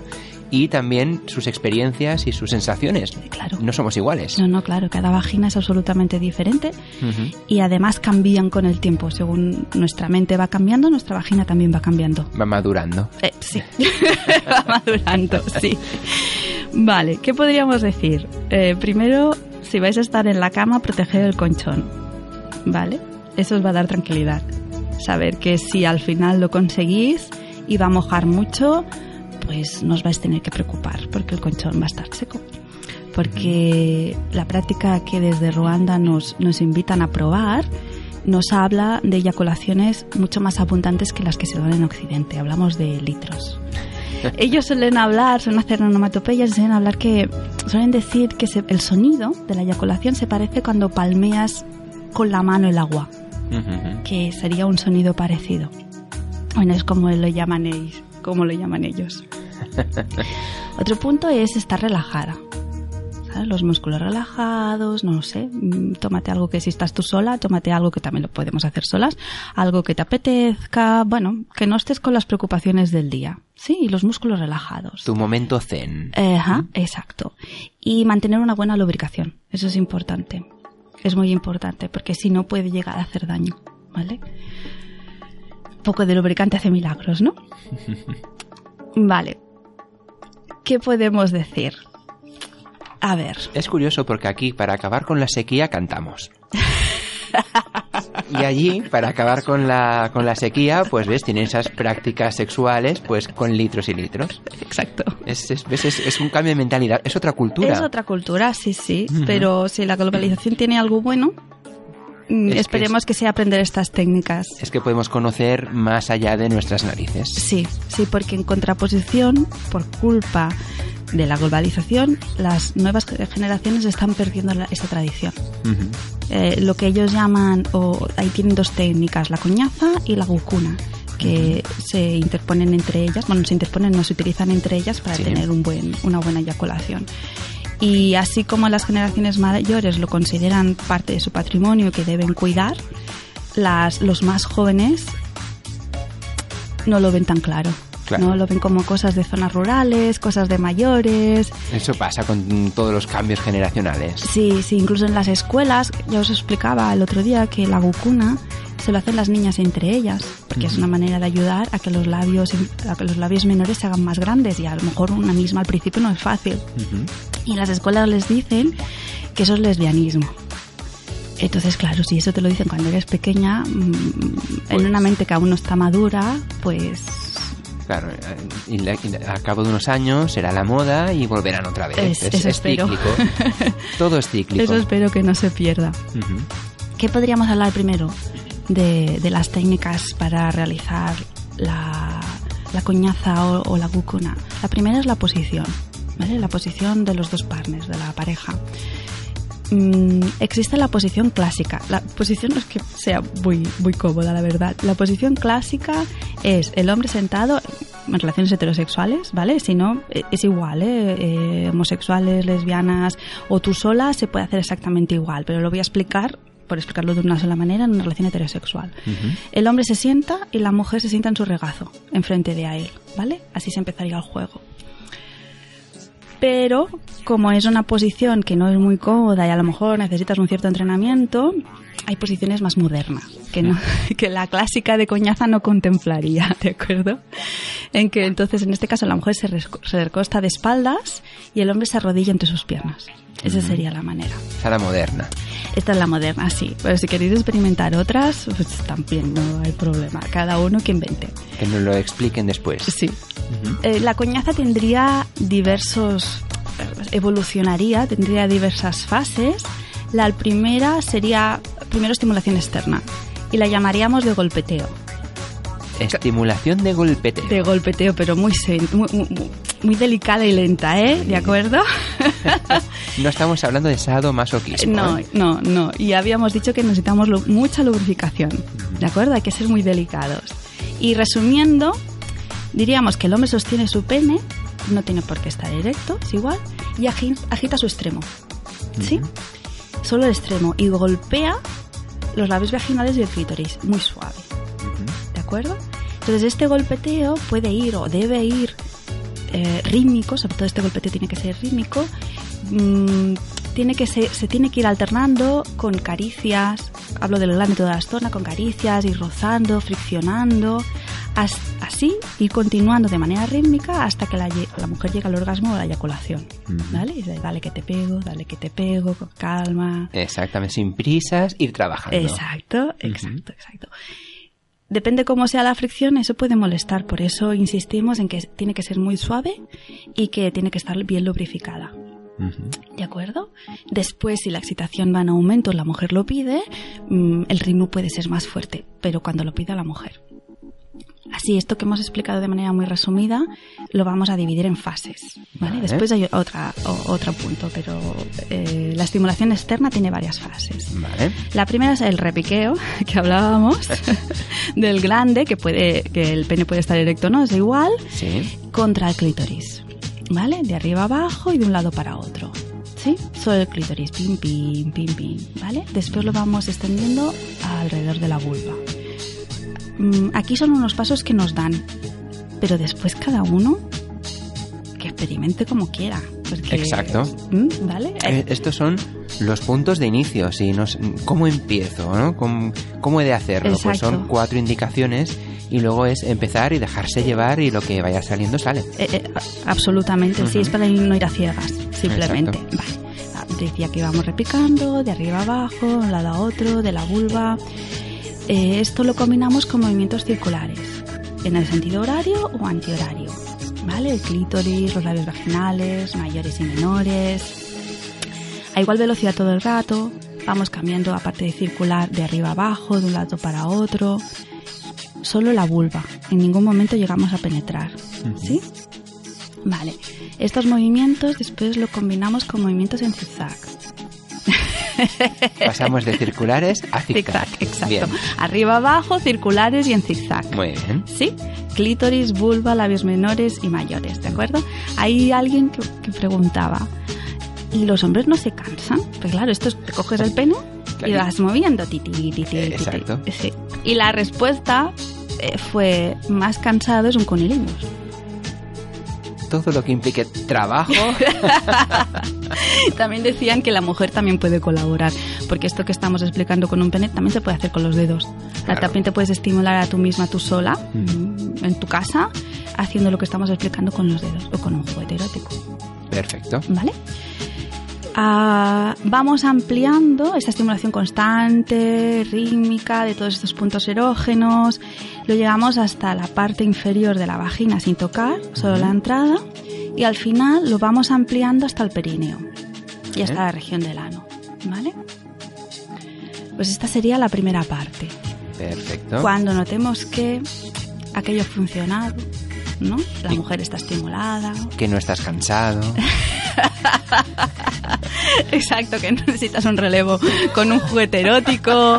y también sus experiencias y sus sensaciones. Claro. No somos iguales. No, claro, cada vagina es absolutamente diferente y además cambian con el tiempo. Según nuestra mente va cambiando, nuestra vagina también va cambiando. Va madurando. Sí, va madurando, sí. Vale, ¿qué podríamos decir? Primero, si vais a estar en la cama, proteged el colchón, ¿vale? Eso os va a dar tranquilidad. Saber que si al final lo conseguís y va a mojar mucho, pues no os vais a tener que preocupar porque el colchón va a estar seco. Porque la práctica que desde Ruanda nos invitan a probar nos habla de eyaculaciones mucho más abundantes que las que se dan en Occidente. Hablamos de litros. Ellos suelen hacer onomatopeyas y suelen decir que el sonido de la eyaculación se parece cuando palmeas con la mano el agua, que sería un sonido parecido. Bueno, es como lo llaman ellos. Otro punto es estar relajada. ¿Sabes? Los músculos relajados, no sé, tómate algo que si estás tú sola, tómate algo que también lo podemos hacer solas, algo que te apetezca, bueno, que no estés con las preocupaciones del día, ¿sí? Y los músculos relajados. Tu momento zen. Exacto. Y mantener una buena lubricación, eso es importante, es muy importante, porque si no puede llegar a hacer daño, ¿vale? Un poco de lubricante hace milagros, ¿no? Vale. ¿Qué podemos decir? A ver. Es curioso porque aquí, para acabar con la sequía, cantamos. Y allí, para acabar con la sequía, pues ves, tienen esas prácticas sexuales pues con litros y litros. Exacto. Es un cambio de mentalidad, es otra cultura. Es otra cultura, sí. Pero si la globalización tiene algo bueno, esperemos que sea aprender estas técnicas. Es que podemos conocer más allá de nuestras narices. Sí, porque en contraposición, por culpa de la globalización, las nuevas generaciones están perdiendo esta tradición. Lo que ellos llaman, ahí tienen dos técnicas, la coñaza y la gukuna, que se interponen entre ellas, no se utilizan entre ellas para tener una buena eyaculación. Y así como las generaciones mayores lo consideran parte de su patrimonio que deben cuidar, los más jóvenes no lo ven tan claro. Claro. No lo ven como cosas de zonas rurales, cosas de mayores. Eso pasa con todos los cambios generacionales. Sí, incluso en las escuelas, ya os explicaba el otro día que la gukuna se lo hacen las niñas entre ellas, porque es una manera de ayudar a que los labios menores se hagan más grandes, y a lo mejor una misma al principio no es fácil. Y en las escuelas les dicen que eso es lesbianismo. Entonces, claro, si eso te lo dicen cuando eres pequeña, en una mente que aún no está madura, pues... Claro, y al cabo de unos años será la moda y volverán otra vez. Es cíclico. Todo es cíclico. Eso espero que no se pierda. ¿Qué podríamos hablar primero de las técnicas para realizar la coñaza o la gukuna? La primera es la posición, ¿vale? La posición de los dos partners, de la pareja. Existe la posición clásica. La posición no es que sea muy, muy cómoda, la verdad. La posición clásica es el hombre sentado en relaciones heterosexuales, ¿vale? Si no, es igual, homosexuales, lesbianas o tú sola, se puede hacer exactamente igual, pero lo voy a explicar, por explicarlo de una sola manera, en una relación heterosexual. El hombre se sienta y la mujer se sienta en su regazo, enfrente de a él, ¿vale? Así se empezaría el juego. Pero, como es una posición que no es muy cómoda y a lo mejor necesitas un cierto entrenamiento, hay posiciones más modernas que la clásica de coñaza no contemplaría, ¿de acuerdo? En que entonces, en este caso, la mujer se recosta de espaldas y el hombre se arrodilla entre sus piernas. Esa sería la manera. Esa es la moderna. Esta es la moderna, sí. Pero si queréis experimentar otras, pues también no hay problema. Cada uno que invente. Que nos lo expliquen después. Sí. La coñaza tendría tendría diversas fases. La primera sería, primero, estimulación externa. Y la llamaríamos de golpeteo. Estimulación de golpeteo. De golpeteo, pero muy delicada y lenta, ¿eh? ¿De acuerdo? No estamos hablando de sadomasoquismo. No. Y habíamos dicho que necesitamos mucha lubricación, ¿de acuerdo? Hay que ser muy delicados. Y resumiendo, diríamos que el hombre sostiene su pene, no tiene por qué estar erecto, es igual, y agita su extremo, ¿sí? Solo el extremo, y golpea los labios vaginales y el clítoris, muy suave. ¿De acuerdo? Entonces este golpeteo puede ir o debe ir rítmico, sobre todo este golpeteo tiene que ser rítmico, se tiene que ir alternando con caricias, hablo del glande toda la zona, con caricias, ir rozando, friccionando, así ir continuando de manera rítmica hasta que la mujer llega al orgasmo o la eyaculación, ¿vale? Y dale que te pego, con calma. Exactamente, sin prisas, ir trabajando. Exacto. Depende cómo sea la fricción, eso puede molestar, por eso insistimos en que tiene que ser muy suave y que tiene que estar bien lubrificada. ¿De acuerdo? Después, si la excitación va en aumento, la mujer lo pide, el ritmo puede ser más fuerte, pero cuando lo pida la mujer. Así, esto que hemos explicado de manera muy resumida, lo vamos a dividir en fases, ¿vale? Después hay otro punto, pero la estimulación externa tiene varias fases. Vale. La primera es el repiqueo, que hablábamos, del glande, que el pene puede estar erecto, ¿no? Es igual, sí. Contra el clítoris, ¿vale? De arriba abajo y de un lado para otro, ¿sí? Solo el clítoris, pim, pim, pim, pim, ¿vale? Después lo vamos extendiendo alrededor de la vulva. Aquí son unos pasos que nos dan, pero después cada uno que experimente como quiera. Porque, exacto. ¿Vale? Estos son los puntos de inicio, ¿sí? ¿Cómo empiezo? ¿No? ¿Cómo he de hacerlo? Exacto. Pues son 4 indicaciones y luego es empezar y dejarse llevar y lo que vaya saliendo sale. Absolutamente, sí, es para no ir a ciegas, simplemente. Vale. Decía que íbamos repicando de arriba a abajo, de un lado a otro, de la vulva. Esto lo combinamos con movimientos circulares, en el sentido horario o antihorario, ¿vale? El clítoris, los labios vaginales, mayores y menores. A igual velocidad todo el rato, vamos cambiando, aparte de circular, de arriba a abajo, de un lado para otro. Solo la vulva, en ningún momento llegamos a penetrar, ¿sí? Vale, estos movimientos después lo combinamos con movimientos en zigzag. Pasamos de circulares a zigzag. Exacto. Bien. Arriba, abajo, circulares y en zigzag. Muy bien. ¿Sí? Clítoris, vulva, labios menores y mayores, ¿de acuerdo? Hay alguien que preguntaba, ¿y los hombres no se cansan? Pues claro, esto es, te coges el pene y vas moviendo. Exacto. Sí. Y la respuesta fue, más cansado es un cunilingus. Todo lo que implique trabajo. También decían que la mujer también puede colaborar, porque esto que estamos explicando con un pene también se puede hacer con los dedos. Claro. También te puedes estimular a tú misma, tú sola, en tu casa, haciendo lo que estamos explicando con los dedos o con un juguete erótico. Perfecto. ¿Vale? Vamos ampliando esta estimulación constante, rítmica, de todos estos puntos erógenos. Lo llevamos hasta la parte inferior de la vagina sin tocar, solo la entrada. Y al final lo vamos ampliando hasta el perineo y hasta la región del ano. ¿Vale? Pues esta sería la primera parte. Perfecto. Cuando notemos que aquello ha funcionado, ¿no? La mujer está estimulada. Que no estás cansado. Exacto, que necesitas un relevo con un juguete erótico.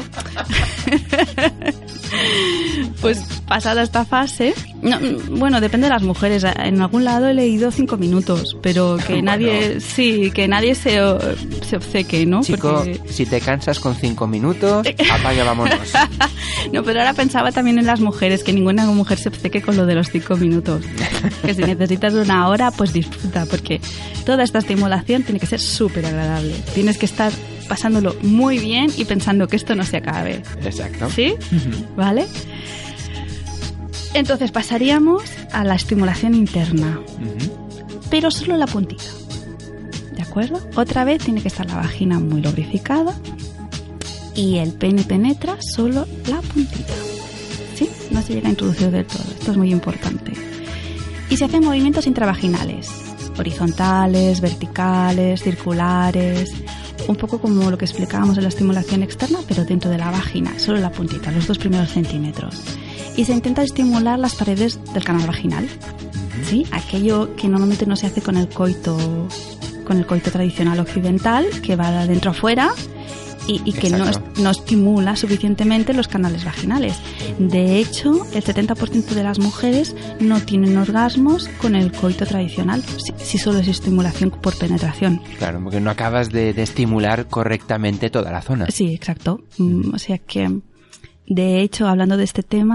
Pues pasada esta fase, no, bueno, depende de las mujeres. En algún lado he leído 5 minutos, pero que nadie, sí, que nadie se obceque, ¿no? Chico, porque... si te cansas con 5 minutos, apaga, vámonos. No, pero ahora pensaba también en las mujeres, que ninguna mujer se obceque con lo de los 5 minutos. Que si necesitas 1 hora, pues disfruta, porque toda esta estimulación tiene que ser súper agradable. Tienes que estar pasándolo muy bien y pensando que esto no se acabe. Exacto. ¿Sí? ¿Vale? Entonces pasaríamos a la estimulación interna, pero solo la puntita. ¿De acuerdo? Otra vez tiene que estar la vagina muy lubrificada y el pene penetra solo la puntita. ¿Sí? No se llega a introducir del todo. Esto es muy importante. Y se hacen movimientos intravaginales, horizontales, verticales, circulares, un poco como lo que explicábamos en la estimulación externa, pero dentro de la vagina, solo la puntita, los 2 primeros centímetros. Y se intenta estimular las paredes del canal vaginal, ¿sí? Aquello que normalmente no se hace con el coito tradicional occidental, que va de adentro afuera y que no estimula suficientemente los canales vaginales. De hecho, el 70% de las mujeres no tienen orgasmos con el coito tradicional, si solo es estimulación por penetración. Claro, porque no acabas de estimular correctamente toda la zona. Sí, exacto. O sea que, de hecho, hablando de este tema,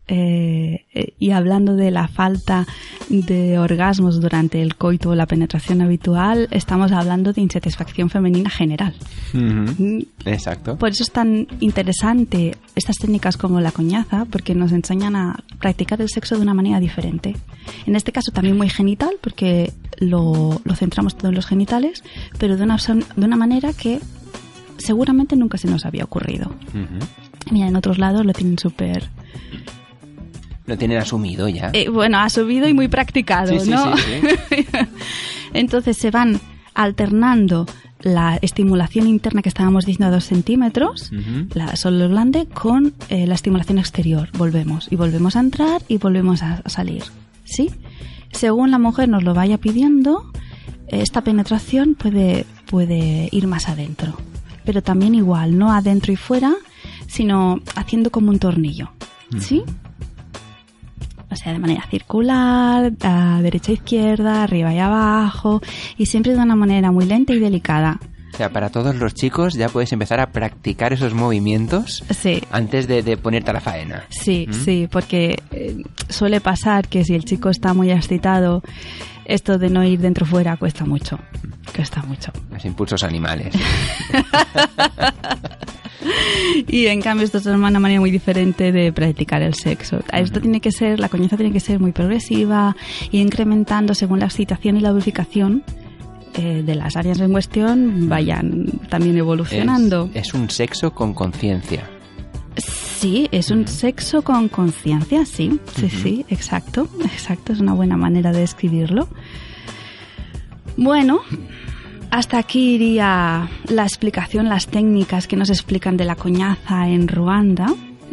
y hablando de la falta de orgasmos durante el coito o la penetración habitual, estamos hablando de insatisfacción femenina general. Exacto. Por eso es tan interesante estas técnicas como la coñaza, porque nos enseñan a practicar el sexo de una manera diferente. En este caso también muy genital, porque lo centramos todo en los genitales, pero de una manera que seguramente nunca se nos había ocurrido. Mira, en otros lados lo tienen súper... Lo tienen asumido ya. Bueno, asumido y muy practicado, sí, ¿no? Sí. Entonces se van alternando la estimulación interna que estábamos diciendo a 2 centímetros, la solo glande, con la estimulación exterior. Volvemos a entrar y volvemos a salir, ¿sí? Según la mujer nos lo vaya pidiendo, esta penetración puede ir más adentro. Pero también igual, no adentro y fuera, sino haciendo como un tornillo, ¿sí? O sea, de manera circular, a derecha e izquierda, arriba y abajo, y siempre de una manera muy lenta y delicada. O sea, para todos los chicos ya puedes empezar a practicar esos movimientos antes de ponerte a la faena. Sí, sí, porque suele pasar que si el chico está muy excitado, esto de no ir dentro fuera cuesta mucho. Los impulsos animales. Y en cambio esto es una manera muy diferente de practicar el sexo. La coñaza tiene que ser muy progresiva y incrementando según la excitación y la lubricación de las áreas en cuestión vayan también evolucionando. Es un sexo con conciencia. Sí, es un sexo con conciencia, sí, exacto, es una buena manera de describirlo. Bueno, hasta aquí iría la explicación, las técnicas que nos explican de la coñaza en Ruanda.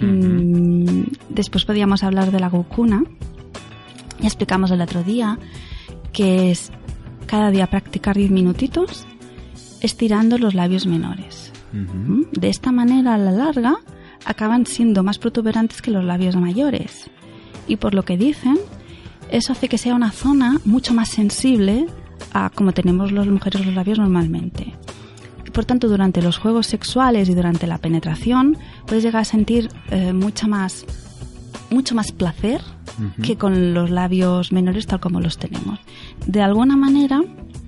Después podríamos hablar de la gokuna. Ya explicamos el otro día que es cada día practicar 10 minutitos estirando los labios menores. De esta manera, a la larga, acaban siendo más protuberantes que los labios mayores. Y por lo que dicen, eso hace que sea una zona mucho más sensible a como tenemos las mujeres los labios normalmente. Por tanto, durante los juegos sexuales y durante la penetración puedes llegar a sentir mucho más placer que con los labios menores tal como los tenemos. De alguna manera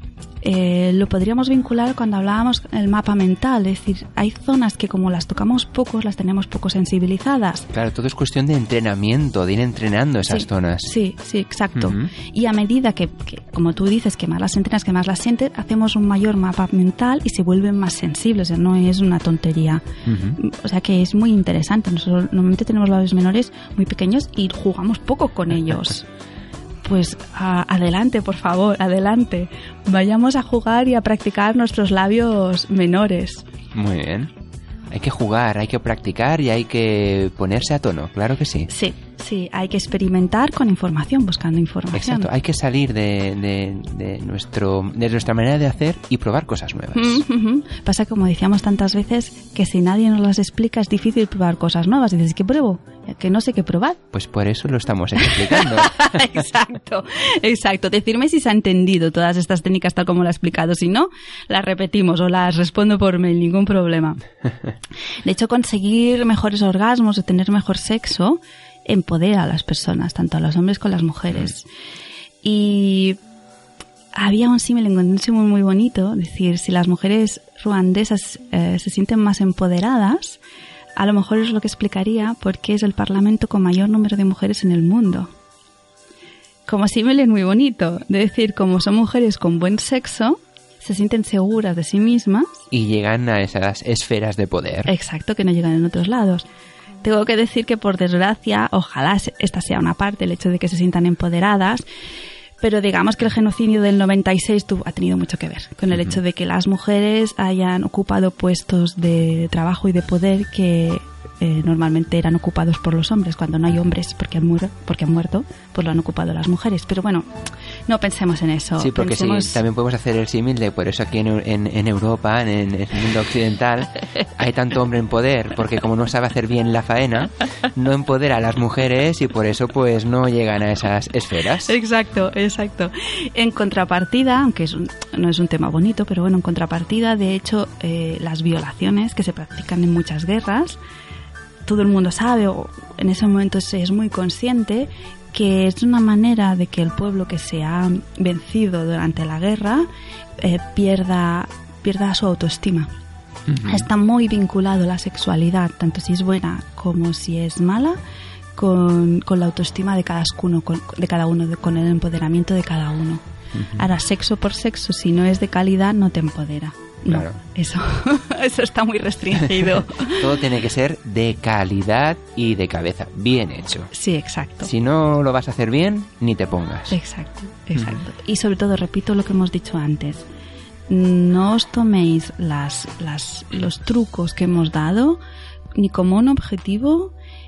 lo podríamos vincular cuando hablábamos del mapa mental, es decir, hay zonas que como las tocamos pocos, las tenemos poco sensibilizadas. Claro, todo es cuestión de entrenamiento, de ir entrenando esas zonas. Sí, exacto. Y a medida que, como tú dices, que más las entrenas, que más las sientes, hacemos un mayor mapa mental y se vuelven más sensibles, o sea, no es una tontería. O sea que es muy interesante. Nosotros normalmente tenemos labios menores muy pequeños y jugamos poco con ellos. Pues adelante, por favor, adelante. Vayamos a jugar y a practicar nuestros labios menores. Muy bien. Hay que jugar, hay que practicar y hay que ponerse a tono, claro que sí. Sí, hay que experimentar con información, buscando información. Exacto, hay que salir de nuestra manera de hacer y probar cosas nuevas. Pasa, como decíamos tantas veces, que si nadie nos las explica es difícil probar cosas nuevas. Dices, ¿qué pruebo? Que no sé qué probar. Pues por eso lo estamos explicando. Exacto. Decirme si se ha entendido todas estas técnicas tal como lo he explicado. Si no, las repetimos o las respondo por mail, ningún problema. De hecho, conseguir mejores orgasmos o tener mejor sexo empodera a las personas, tanto a los hombres como a las mujeres. Y había un símil muy, muy bonito, es decir, si las mujeres ruandesas se sienten más empoderadas, a lo mejor es lo que explicaría por qué es el parlamento con mayor número de mujeres en el mundo. Como símil es muy bonito, de decir, como son mujeres con buen sexo, se sienten seguras de sí mismas. Y llegan a esas esferas de poder. Exacto, que no llegan en otros lados. Tengo que decir que, por desgracia, ojalá esta sea una parte, el hecho de que se sientan empoderadas, pero digamos que el genocidio del 96 ha tenido mucho que ver con el hecho de que las mujeres hayan ocupado puestos de trabajo y de poder que normalmente eran ocupados por los hombres. Cuando no hay hombres porque han muerto, pues lo han ocupado las mujeres. Pero bueno, no pensemos en eso. Sí, porque sí, también podemos hacer el símil de por eso aquí en Europa, en el mundo occidental, hay tanto hombre en poder, porque como no sabe hacer bien la faena, no empodera a las mujeres y por eso pues no llegan a esas esferas. Exacto. En contrapartida, aunque no es un tema bonito, pero bueno, en contrapartida, de hecho, las violaciones que se practican en muchas guerras todo el mundo sabe, o en ese momento se es muy consciente, que es una manera de que el pueblo que se ha vencido durante la guerra pierda su autoestima. Uh-huh. Está muy vinculado la sexualidad, tanto si es buena como si es mala, con la autoestima de cada uno, con el empoderamiento de cada uno. Uh-huh. Ahora, sexo por sexo, si no es de calidad, no te empodera. Claro. No, eso está muy restringido. Todo tiene que ser de calidad y de cabeza, bien hecho. Sí, exacto. Si no lo vas a hacer bien, ni te pongas. Exacto. Y sobre todo, repito lo que hemos dicho antes, no os toméis los trucos que hemos dado ni como un objetivo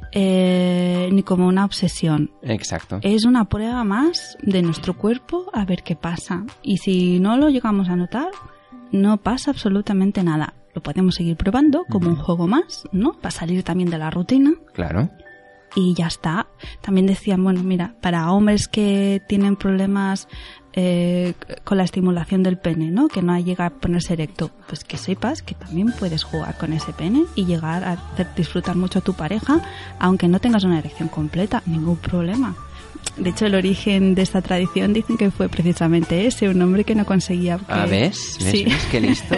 ni como una obsesión. Exacto. Es una prueba más de nuestro cuerpo a ver qué pasa. Y si no lo llegamos a notar, no pasa absolutamente nada. Lo podemos seguir probando como un juego más, ¿no? Para salir también de la rutina. Claro. Y ya está. También decían, bueno, mira, para hombres que tienen problemas con la estimulación del pene, ¿no? Que no llega a ponerse erecto, pues que sepas que también puedes jugar con ese pene y llegar a disfrutar mucho a tu pareja, aunque no tengas una erección completa, ningún problema. De hecho, el origen de esta tradición dicen que fue precisamente ese, un hombre que no conseguía... ¿Ves? Sí. Qué listo.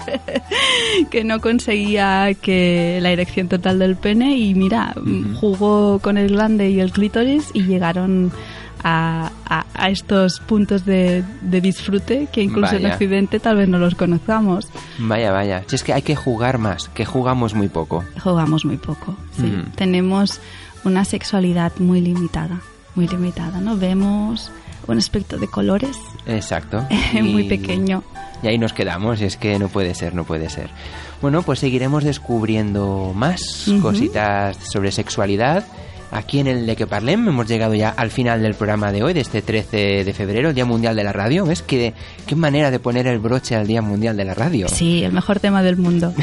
Que no conseguía que la erección total del pene y mira, jugó con el glande y el clítoris y llegaron a estos puntos de disfrute que incluso en Occidente tal vez no los conozcamos. Vaya. Si es que hay que jugar más, que jugamos muy poco. Jugamos muy poco, sí. Tenemos una sexualidad muy limitada, ¿no? Vemos un espectro de colores. Exacto. Muy pequeño. Y ahí nos quedamos, y es que no puede ser. Bueno, pues seguiremos descubriendo más cositas sobre sexualidad. Aquí en el De Que Parlem hemos llegado ya al final del programa de hoy, de este 13 de febrero, el Día Mundial de la Radio. ¿Ves qué manera de poner el broche al Día Mundial de la Radio? Sí, el mejor tema del mundo.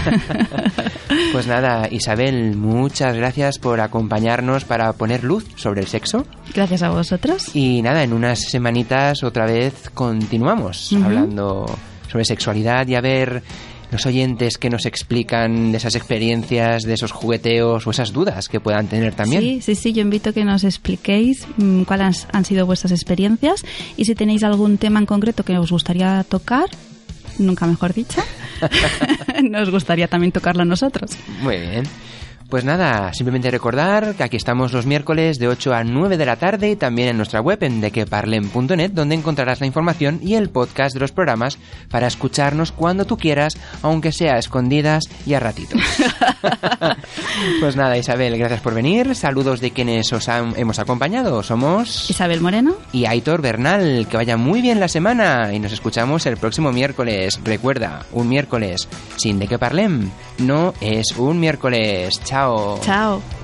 Pues nada, Isabel, muchas gracias por acompañarnos para poner luz sobre el sexo. Gracias a vosotros. Y nada, en unas semanitas otra vez continuamos hablando sobre sexualidad y a ver los oyentes que nos explican de esas experiencias, de esos jugueteos o esas dudas que puedan tener también. Sí, yo invito a que nos expliquéis cuáles han sido vuestras experiencias y si tenéis algún tema en concreto que os gustaría tocar, nunca mejor dicho, nos gustaría también tocarlo a nosotros. Muy bien. Pues nada, simplemente recordar que aquí estamos los miércoles de 8 a 9 de la tarde y también en nuestra web en dequeparlem.net, donde encontrarás la información y el podcast de los programas para escucharnos cuando tú quieras, aunque sea a escondidas y a ratitos. Pues nada, Isabel, gracias por venir. Saludos de quienes hemos acompañado. Somos Isabel Moreno y Aitor Bernal. Que vaya muy bien la semana y nos escuchamos el próximo miércoles. Recuerda, un miércoles sin De Que Parlem no es un miércoles. Chao. Chao.